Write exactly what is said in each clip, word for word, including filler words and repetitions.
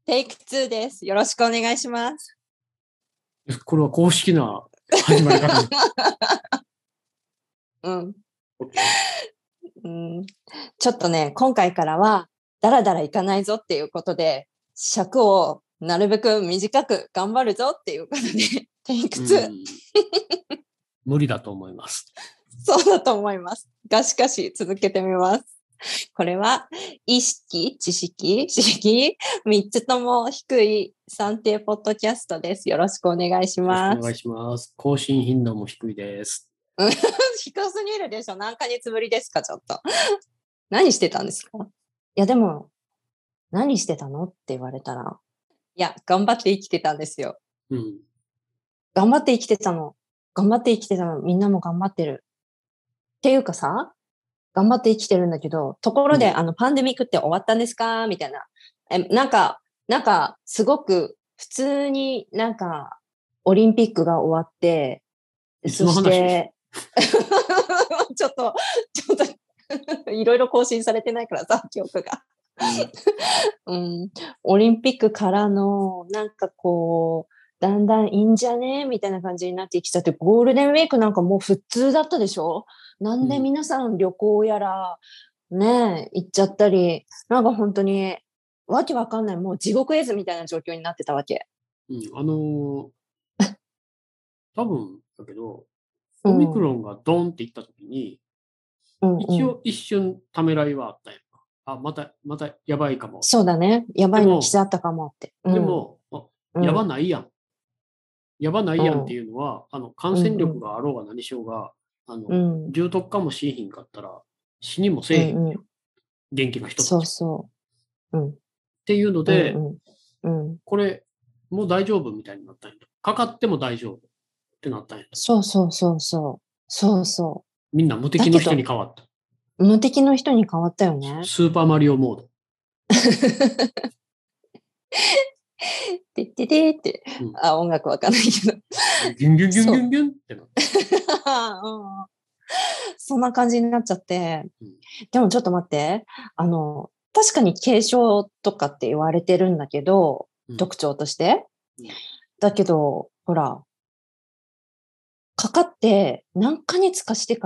テイクツーです。よろしくお願いします。 これは公式な始まり方。 うん、うん。ちょっとね、今回からはダラダラいかないぞっていうことで、尺をなるべく短く頑張るぞっていうことで、テイクツー。 無理だと思います。 そうだと思います。がしかし続けてみます。これは意識、知識、知識、みっつとも低い算定ポッドキャストです。よろしくお願いします。 よろしくお願いします。更新頻度も低いです。 低すぎるでしょ。何ヶ月ぶりですか、ちょっと。何してたんですか？いや、でも、何してたのって言われたら、いや、頑張って生きてたんですよ。 うん。 頑張って生きてたの。頑張って生きてたの。みんなも頑張ってる。っていうかさ、頑張って生きてるんだけど、ところで、うん、あの、パンデミックって終わったんですかみたいな。え、なんか、なんか、すごく、普通になんか、オリンピックが終わって、そして、ちょっと、ちょっと、いろいろ更新されてないからさ、記憶が。うん、オリンピックからの、なんかこう、だんだんいいんじゃねみたいな感じになってきちゃって、ゴールデンウィークなんかもう普通だったでしょ？なんで皆さん旅行やら、ね、行っちゃったり、なんか本当に、わけわかんない、もう地獄絵図みたいな状況になってたわけ。 うん、あのー、多分だけど、オミクロンがドンっていったときに、うんうん、一応一瞬ためらいはあったやんか。あ、また、またやばいかも。 そうだね。やばいの来ちゃったかもって。 でも、うん、やばないやん。やばないやんっていうのは、うん、あの、感染力があろうが何しようが、あの、うん、重篤化もしいひんかったら、死にもせえへんよ。うんうん、元気な人たち。 そうそう。うん。 っていうので、 うんうんうん、 これ、もう大丈夫みたいになったんや。かかっても大丈夫ってなったんや。 そうそうそうそう。そうそう。 みんな無敵の人に変わった。 無敵の人に変わったよね。 スーパーマリオモード。 てっててって、うん、あ、音楽わかんないけど。 ギュンギュンギュンギュンギュンってなって。 そんな感じになっちゃって。うん、でもちょっと待って。あの、確かに軽症とかって言われてるんだけど、うん、特徴として。うん、だけど、ほら、かかって何ヶ月かしてから、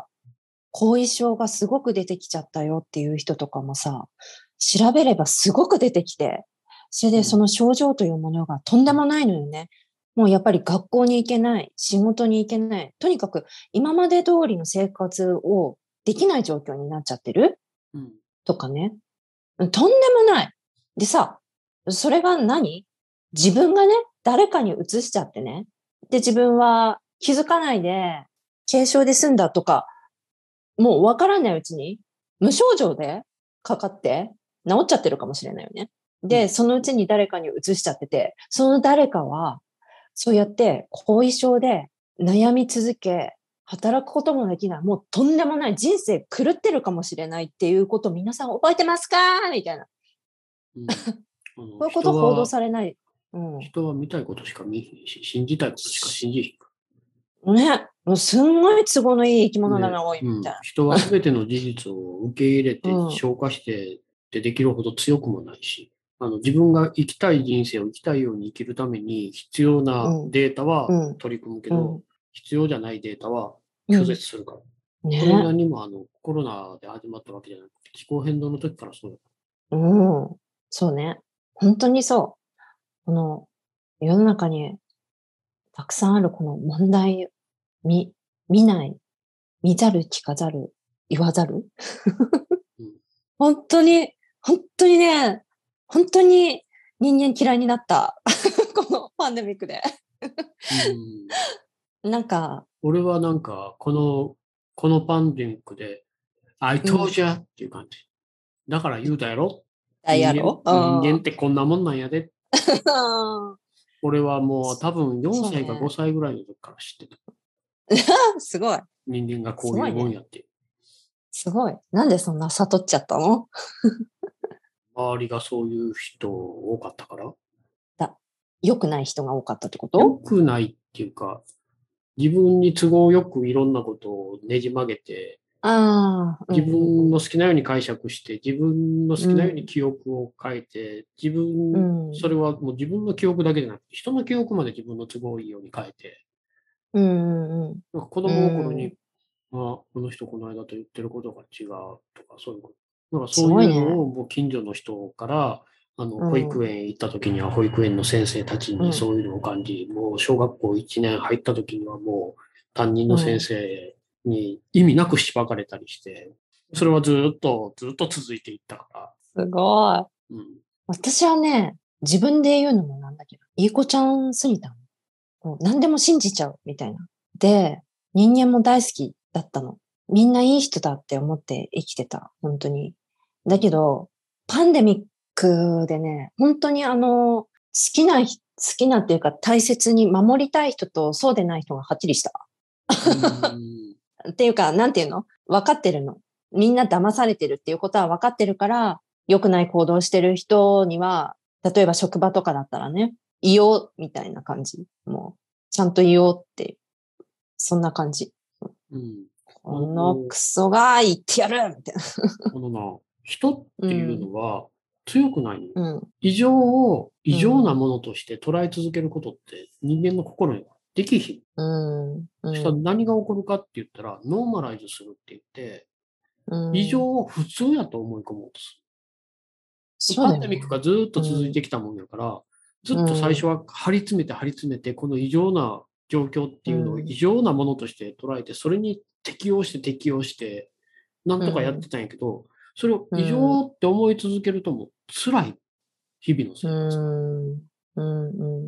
後遺症がすごく出てきちゃったよっていう人とかもさ、調べればすごく出てきて、それでその症状というものがとんでもないのよね。もうやっぱり学校に行けない、仕事に行けない、とにかく今まで通りの生活をできない状況になっちゃってる、うん、とかね。とんでもない。でさ、それが何？自分がね、誰かに移しちゃってね。で、自分は気づかないで軽症で済んだとか、もうわからないうちに無症状でかかって治っちゃってるかもしれないよね。で、そのうちに誰かに移しちゃってて、その誰かはそうやって後遺症で悩み続け、働くこともできない、もうとんでもない人生狂ってるかもしれないっていうことを皆さん覚えてますかみたいな。うん、こういうこと報道されない。 うん、人は見たいことしか見ひんし、信じたいことしか信じひんかね、もうすんごい都合のいい生き物だな、 ね、 多いみたいな、 うん。人は全ての事実を受け入れて、消化してってできるほど強くもないし、あの自分が生きたい人生を生きたいように生きるために必要なデータは取り組むけど、うんうん、必要じゃないデータは拒絶するから。うんね、これ何もあのコロナで始まったわけじゃなくて、気候変動の時からそうだ。うん、そうね。本当にそう。この世の中にたくさんあるこの問題、見、見ない、見ざる、聞かざる、言わざる。うん、本当に、本当にね、本当に人間嫌いになった。このパンデミックで。うん、なんか。 俺はなんか、この、このパンデミックで、I told you っていう感じ。うん、だから言うたやろ人間、 人間ってこんなもんなんやで。俺はもう多分よんさいかごさいぐらいの時から知ってた。すごい。 人間がこういうもんやって。 すごい。なんでそんな悟っちゃったの？ 周りがそういう人多かったから。 だ良くない人が多かったってこと？ 良くないっていうか、自分に都合よくいろんなことをねじ曲げて、 ああ、 自分の好きなように解釈して、自分の好きなように記憶を変えて、自分、 うん、 それはもう自分の記憶だけじゃなくて、人の記憶まで自分の都合いいように変えて、 うん、うん、 なんか子供の頃に、あ、この人この間と言ってることが違うとか、そういうこと。なんかそういうのすごいね。 をもう近所の人から、あの、 うん、う保育園行った時には保育園の先生たちにん、 そういうのを感じ、もう小学校いちねん入った時にはもう担任の先うん。 生に意味なくしばかれたりして、それはずっと、ずっと続いていったから。 すごい。 うん。 私はね、自分で言うのもなんだけど、いい子ちゃんすぎたの。もう何でも信じちゃうみたいな。で、人間も大好きだったの。みんないい人だって思って生きてた。本当に。だけど、パンデミックでね、本当にあの、好きな、好きなっていうか大切に守りたい人とそうでない人がはっきりした。 うん。 っていうか、なんていうの分かってるの。みんな騙されてるっていうことは分かってるから、良くない行動してる人には、例えば職場とかだったらね、いようみたいな感じ。もう、ちゃんと言おうって、そんな感じ。 うん。あこのの、 クソが言ってやるみたいな。 あのな、人っていううん、 のは強くないの。 うん、 異常を異うん、 常なものとして捉え続けることって人間の心にはできひん。 うん、 そしたらうん、 何が起こるかって言ったら、ノーマライズするって言って、 う異常ん。 を普通やと思い込もうとする。パンデミックそうだよね。 がずっとうん、 続いてきたもんやから、ずうっと最初ん、 は張り詰めて張り詰めて、この異常な状況っていうのを異うん、 常なものとして捉えて、それに適応して適応して、なんうん、 とかやってたんやけど、それを異うん、 常って思い続けるともう辛い。日々のう生活。 ん、うん、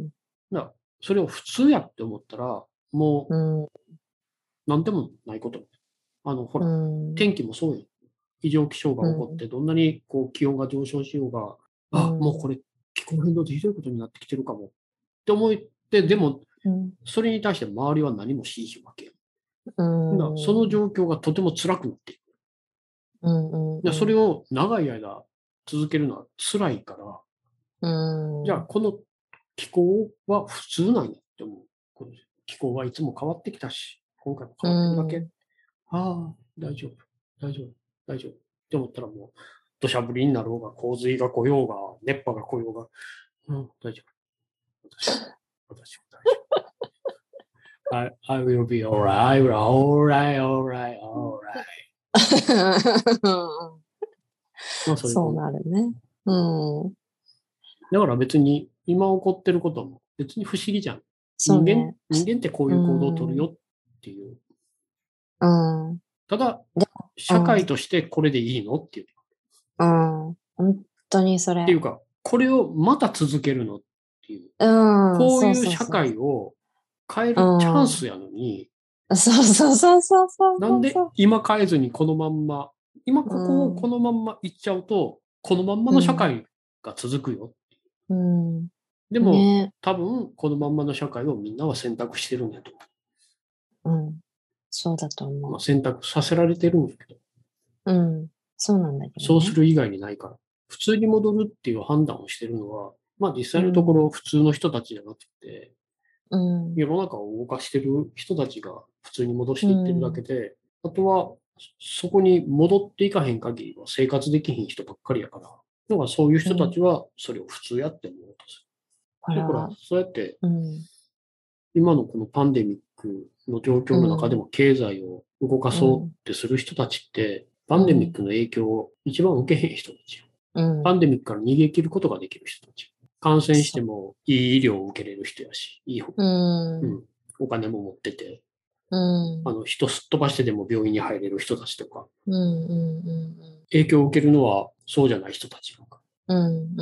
だからそれを普通やって思ったら、もうん、 う何でもないこと。あの、ほうら、 ん、 天気もそうよ。異常気象がうん、 起こって、どんなにこう気温が上昇しようが、あ、もううん、 これ気候変動でひどいことになってきてるかもって思って、でも、 うん、 それに対して周りは何もしいひんわけよ。 うだからそのん、 状況がとても辛くなっていく。 うん、 でそれうん、 を長い間続けるのは辛いから、 うん、 じゃあこの気候は普通なんやって思う。この気候はいつも変わってきたし、今回もう変わってるだけ。 ん、 ああ、大丈夫、大丈夫、大丈夫。って思ったらもう、土砂降りになろうが、洪水が来ようが、熱波が来ようが、うん、大丈夫。私は、私は大丈夫。I, I will be alright, alright, alright, alright. まあそういうそう感じ。 なるね。うん。 だから別に今起こってることも別に不思議じゃん。人間、 そうね。 人間ってこうういう行動を取るん。 よっていう。 うん。 ただ、 で、う社会ん。 としてこれでいいのっていう。っうん。本当にそれ。 ていうか、これをまた続けるのっていう。 うん。 こうそういう社そうそう。 会を変えうるチャンスん。 やのに、 そうそうそうそうそうなんそうそで今変えずにこのまんま、今う。うここをこん。 のまんま行っちゃうと、このまんまの社うん。 会が続くよ。 うん。 でも、 ね。 多分、このまんまの社会をみんなは選択してるんやと思うん。そうだとう。まあ、 思選択させられてるんやけど、 う。うん。そうなんだけどね。 そうする以外にないから、普通に戻るっていう判断をしてるのは、まあ実う際のところん。 普通の人たちじゃなくて、 うん。 世の中を動かしてる人たちが普通に戻しうていってるだけん。 で、あとはそこに戻っていかへん限りは生活できひん人ばっかりやから、だからそういう人たうん。 ちはそれを普通やって思おうとする。だから、 ほら。 そうやってうん。 今のこのパンデミックの状況うの中でん。 も経済を動かそうっうん。 てする人たちって、パうん。 ンデミックの影響を一番受けへん人たち。 うん。 パンデミックから逃げ切ることができる人たち。感染してそもいい医療を受けれる人やし、いい、 う。うん。 うん、お金も持ってて、 うん。 あの、人すっ飛ばしてでも病院に入れる人たちとか、 うん。うん。うん。 影響を受けるのはそうじゃない人たちとか。 うん。うん。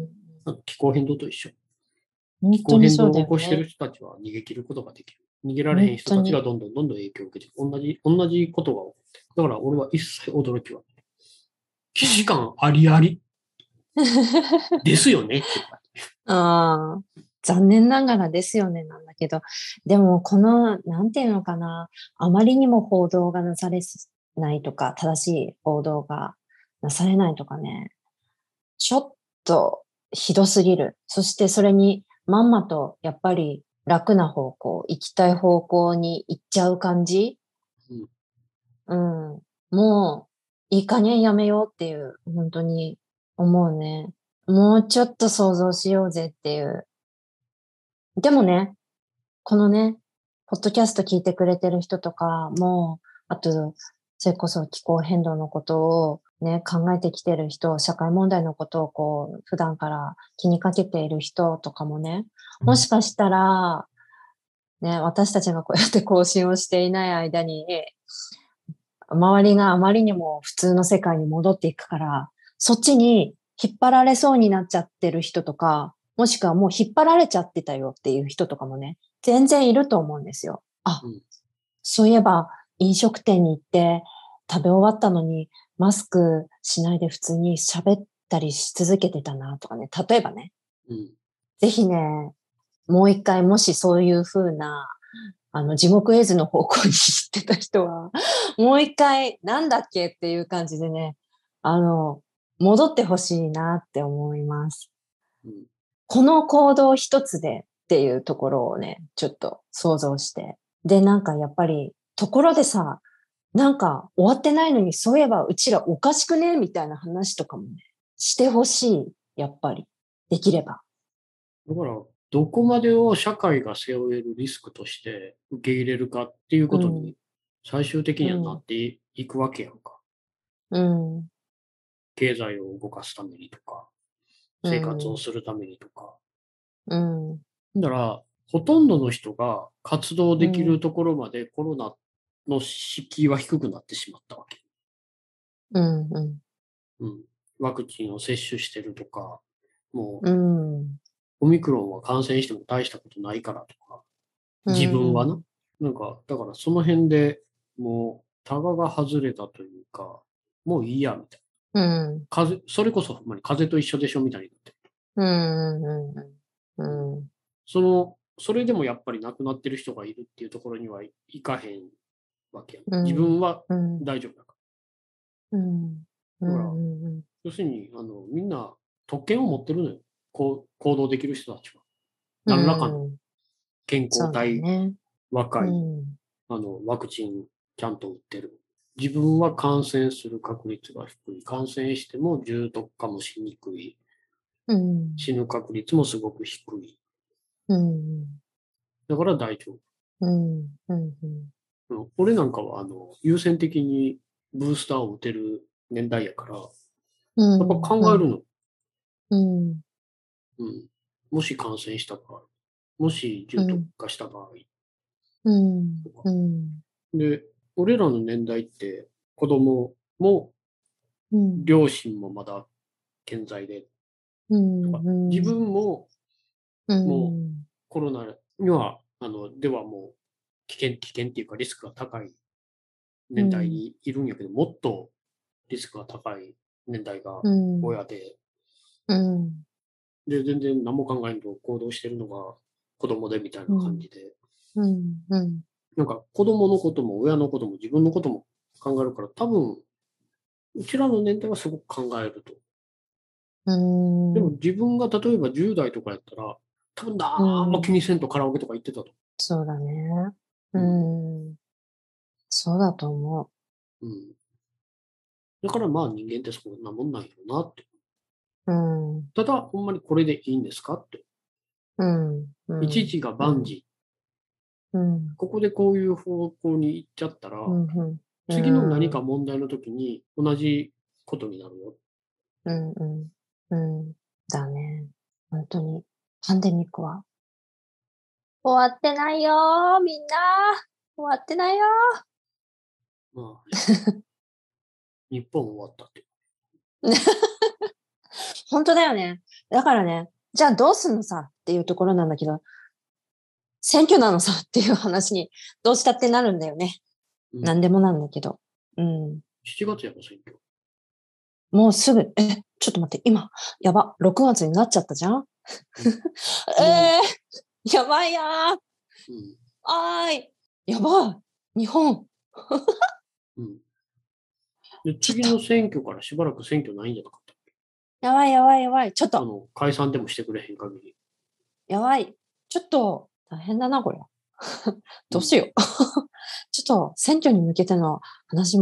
気候変動と一緒。気本当候変動にそうだを起こしているよね。 人たちは逃げ切ることができる。逃げられへん人本当に。 たちがどんどんどんどん影響を受けている。同じ、同じことが起こってる。だから俺は一切驚きはない。既視感ありありですよねって感じ。 ああ、残念ながらですよね、なんだけど。でも、この、なんていうのかな。あまりにも報道がなされないとか、正しい報道がなされないとかね。ちょっとひどすぎる。そしてそれにまんまとやっぱり楽な方向、行きたい方向に行っちゃう感じ。 うんうん。 もう、いい加減やめようっていう、本当に思うね。もうちょっと想像しようぜっていう。でもね、このね、ポッドキャスト聞いてくれてる人とかも、あと、それこそ気候変動のことをね、考えてきてる人、社会問題のことをこう、普段から気にかけている人とかもね、もしかしたら、ね、私たちがこうやって更新をしていない間に、周りがあまりにも普通の世界に戻っていくから、そっちに引っ張られそうになっちゃってる人とか、もしくはもう引っ張られちゃってたよっていう人とかもね、全然いると思うんですよ。あ、 うん、 そういえば飲食店に行って食べ終わったのにマスクしないで普通に喋ったりし続けてたなとかね、例えばね、 うん、 ぜひね、もう一回もしそういう風なあの、地獄絵図の方向に行ってた人は、もう一回、なんだっけっていう感じでね、あの、戻ってほしいなって思います。 うん。 この行動一つでっていうところをね、ちょっと想像して。で、なんかやっぱり、ところでさ、なんか終わってないのに、そういえばうちらおかしくねみたいな話とかもね、してほしい。やっぱり。できれば。 だから、どこまでを社会が背負えるリスクとして受け入れるかっていううん、 ことに、最終的うにはなっん、 ていくわけやんか。 うん、 経済を動かすためにとか、 う生活をん、 するためにとか。 うん、 だから、ほとんどの人が活動できるうん、 ところまでコロナの敷居は低くなってしまったわけ。 うん、うん。 うん。ワクチンを接種してるとか、もうん。 う、オミクロンは感染しても大したことないからとか、 う自分はな。 ん。 なんか、だからその辺でもう、タガが外れたというか、もういいや、みたいな。 うん。 風邪、それこそほんまに風邪と一緒でしょ、みたいになってる。 うん。ううん。 ん。うん。 その、それでもやっぱり亡くなってる人がいるっていうところにはいかへんわけやん。自うん。 分はうん。 大丈夫だかうん。うら。だから、 ん。 要するに、あの、みんな特権を持ってるのよ。こう、行動できる人たちは。 う何らかのん。 健康そうだ体、 ね。う若い、 ん。 あの、ワクチンちゃんと打ってる。自分は感染する確率が低い。感染しても重篤化もしにくい。 うん。 死ぬ確率もすごく低い。 うん。 だから大丈夫。 うん。うん。 うん、俺なんかは、あの、優先的にブースターを打てる年代やから、やっぱうん。うん。 考えるの。 うん。 うん。もし感染した場合、もし重篤うん。 化した場合うん。 とか。 うん。 で、俺らの年代って子供もうん。 両親もまだ健在でうとか、 ん。 自分もうもうん。 コロナには、あの、ではもう危険、危険っていうかリスクが高い年代にいるんやけど、もっとリスクが高い年代がうん。 親で、 うん。 で、全然何も考えんと行動してるのが子供でみたいなうん。 感じで、 うん。うん。 なんか子供のことも親のことも自分のことも考えるから、多分、うちらの年代はすごく考えると。 うん。 でも自分が例えばじゅう代とかやったら、多分う何も気ん。 にせんとカラオケとか行ってたと。 そうだね。ううん。 ん。そうだと思うん。だからまあ人間ってそんなもんなんやろなって。 う。うん。 ただ、ほんまにこれでいいんですかって。 うん。ういちいん。 ちがうん。 万事。 うん。 ここでこういう方向に行っちゃったら、 うん。う次の何ん。うん。 か問題の時に同じことになるよ。 うん。うん。だね。本当に。パンデミックは終わってないよー、みんな。終わってないよまあ、日本終わったって。 ー。本当だよね。だからね、じゃあどうすんのさっていうところなんだけど、選挙なのさっていう話にどうしたってなるんだよね。 うん。 なんでもなんだけど。うん。 しちがつやろ、選挙。 もうすぐ、え、ちょっと待って、今、やば、ろくがつになっちゃったじゃん。 うん。もえー、やばいやー。 う、うん。 あーい。やばい。日本。 うん。で、 ちょっと、 次の選挙からしばらく選挙ないんじゃなかったっけ？ やばいやばいやばい。ちょっと、 あの、解散でもしてくれへん限り。 やばい。ちょっと、大変だな、これ。 うん。 どうしよう。ちょっと、選挙に向けての話も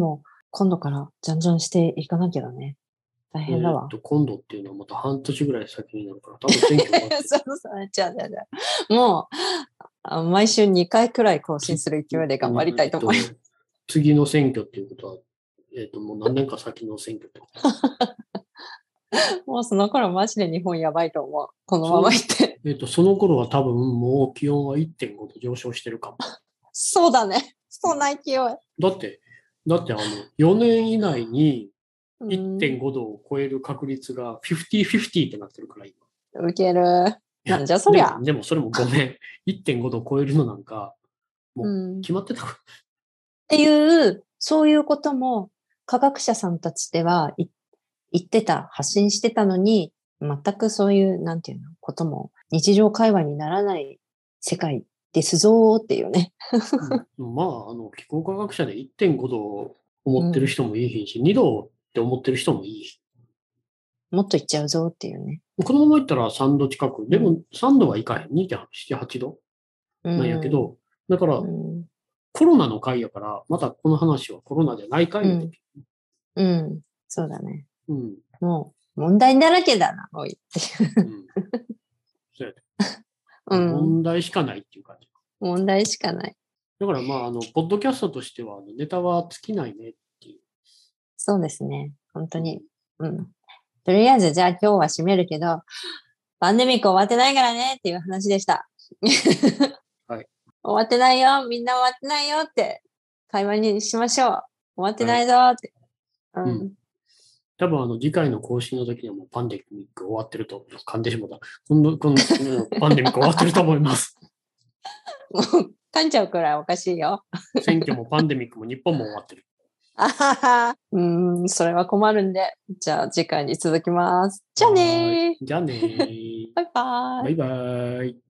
今度からじゃんじゃんしていかなきゃだね。大変だわ。 えー、と今度っていうのはまた半年ぐらい先になるから、多分選挙終わって。 そうそう、じゃあじゃあじゃあ。もう、毎週にかいくらい更新する勢いで頑張りたいと思います。 次の選挙っていうことは、えっ、ー、と、もう何年か先の選挙ってこともうその頃マジで日本やばいと思う。このままいって。 えっ、ー、と、その頃は多分もう気温は いってんご 度上昇してるかも。 そうだね。そんな勢い。だって、だってあの、よねん以内に いってんご 度を超える確率がごじゅうごじゅうってなってるから今。 ウケる。なんじゃそりゃ。 でも、でもそれもごめん。いってんご 度超えるのなんか、もう決まってた、うん、 っていう、そういうことも科学者さんたちでは言ってた、発信してたのに、全くそういう、なんていうの、ことも日常会話にならない世界ですぞーっていうね。 うん、まあ、あの、気候科学者で いってんご 度を思ってる人もいいし、うん、にどって思ってる人もいいし。 もっといっちゃうぞっていうね。 このままいったらさんど近く。でもさんどはいかへん。にてんななはち 度なんやけど、うん、だから、うん、コロナの回やから、またこの話はコロナじゃない回やで、 うん。うん。そうだね。 うん。 もう、問題だらけだな、おい。うん。 そうやで。うん、問題しかないっていう感じ。 問題しかない。 だからまあ、あの、ポッドキャストとしては、ネタは尽きないねっていう。 そうですね。本当に。うん。とりあえず、じゃあ今日は締めるけど、パンデミック終わってないからねっていう話でした。 はい。 終わってないよ。みんな終わってないよって会話にしましょう。終わってないぞって。はい、うん。うん、 多分あの次回の更新の時にはもうパンデミック終わってると、噛んでしまった。今度、今度、パンデミック終わってると思います。 もう噛んじゃうくらいおかしいよ。 選挙もパンデミックも日本も終わってる。 あはは。うん、それは困るんで。じゃあ次回に続きます。じゃあねー。 じゃあねー。 バイバーイ。 バイバーイ。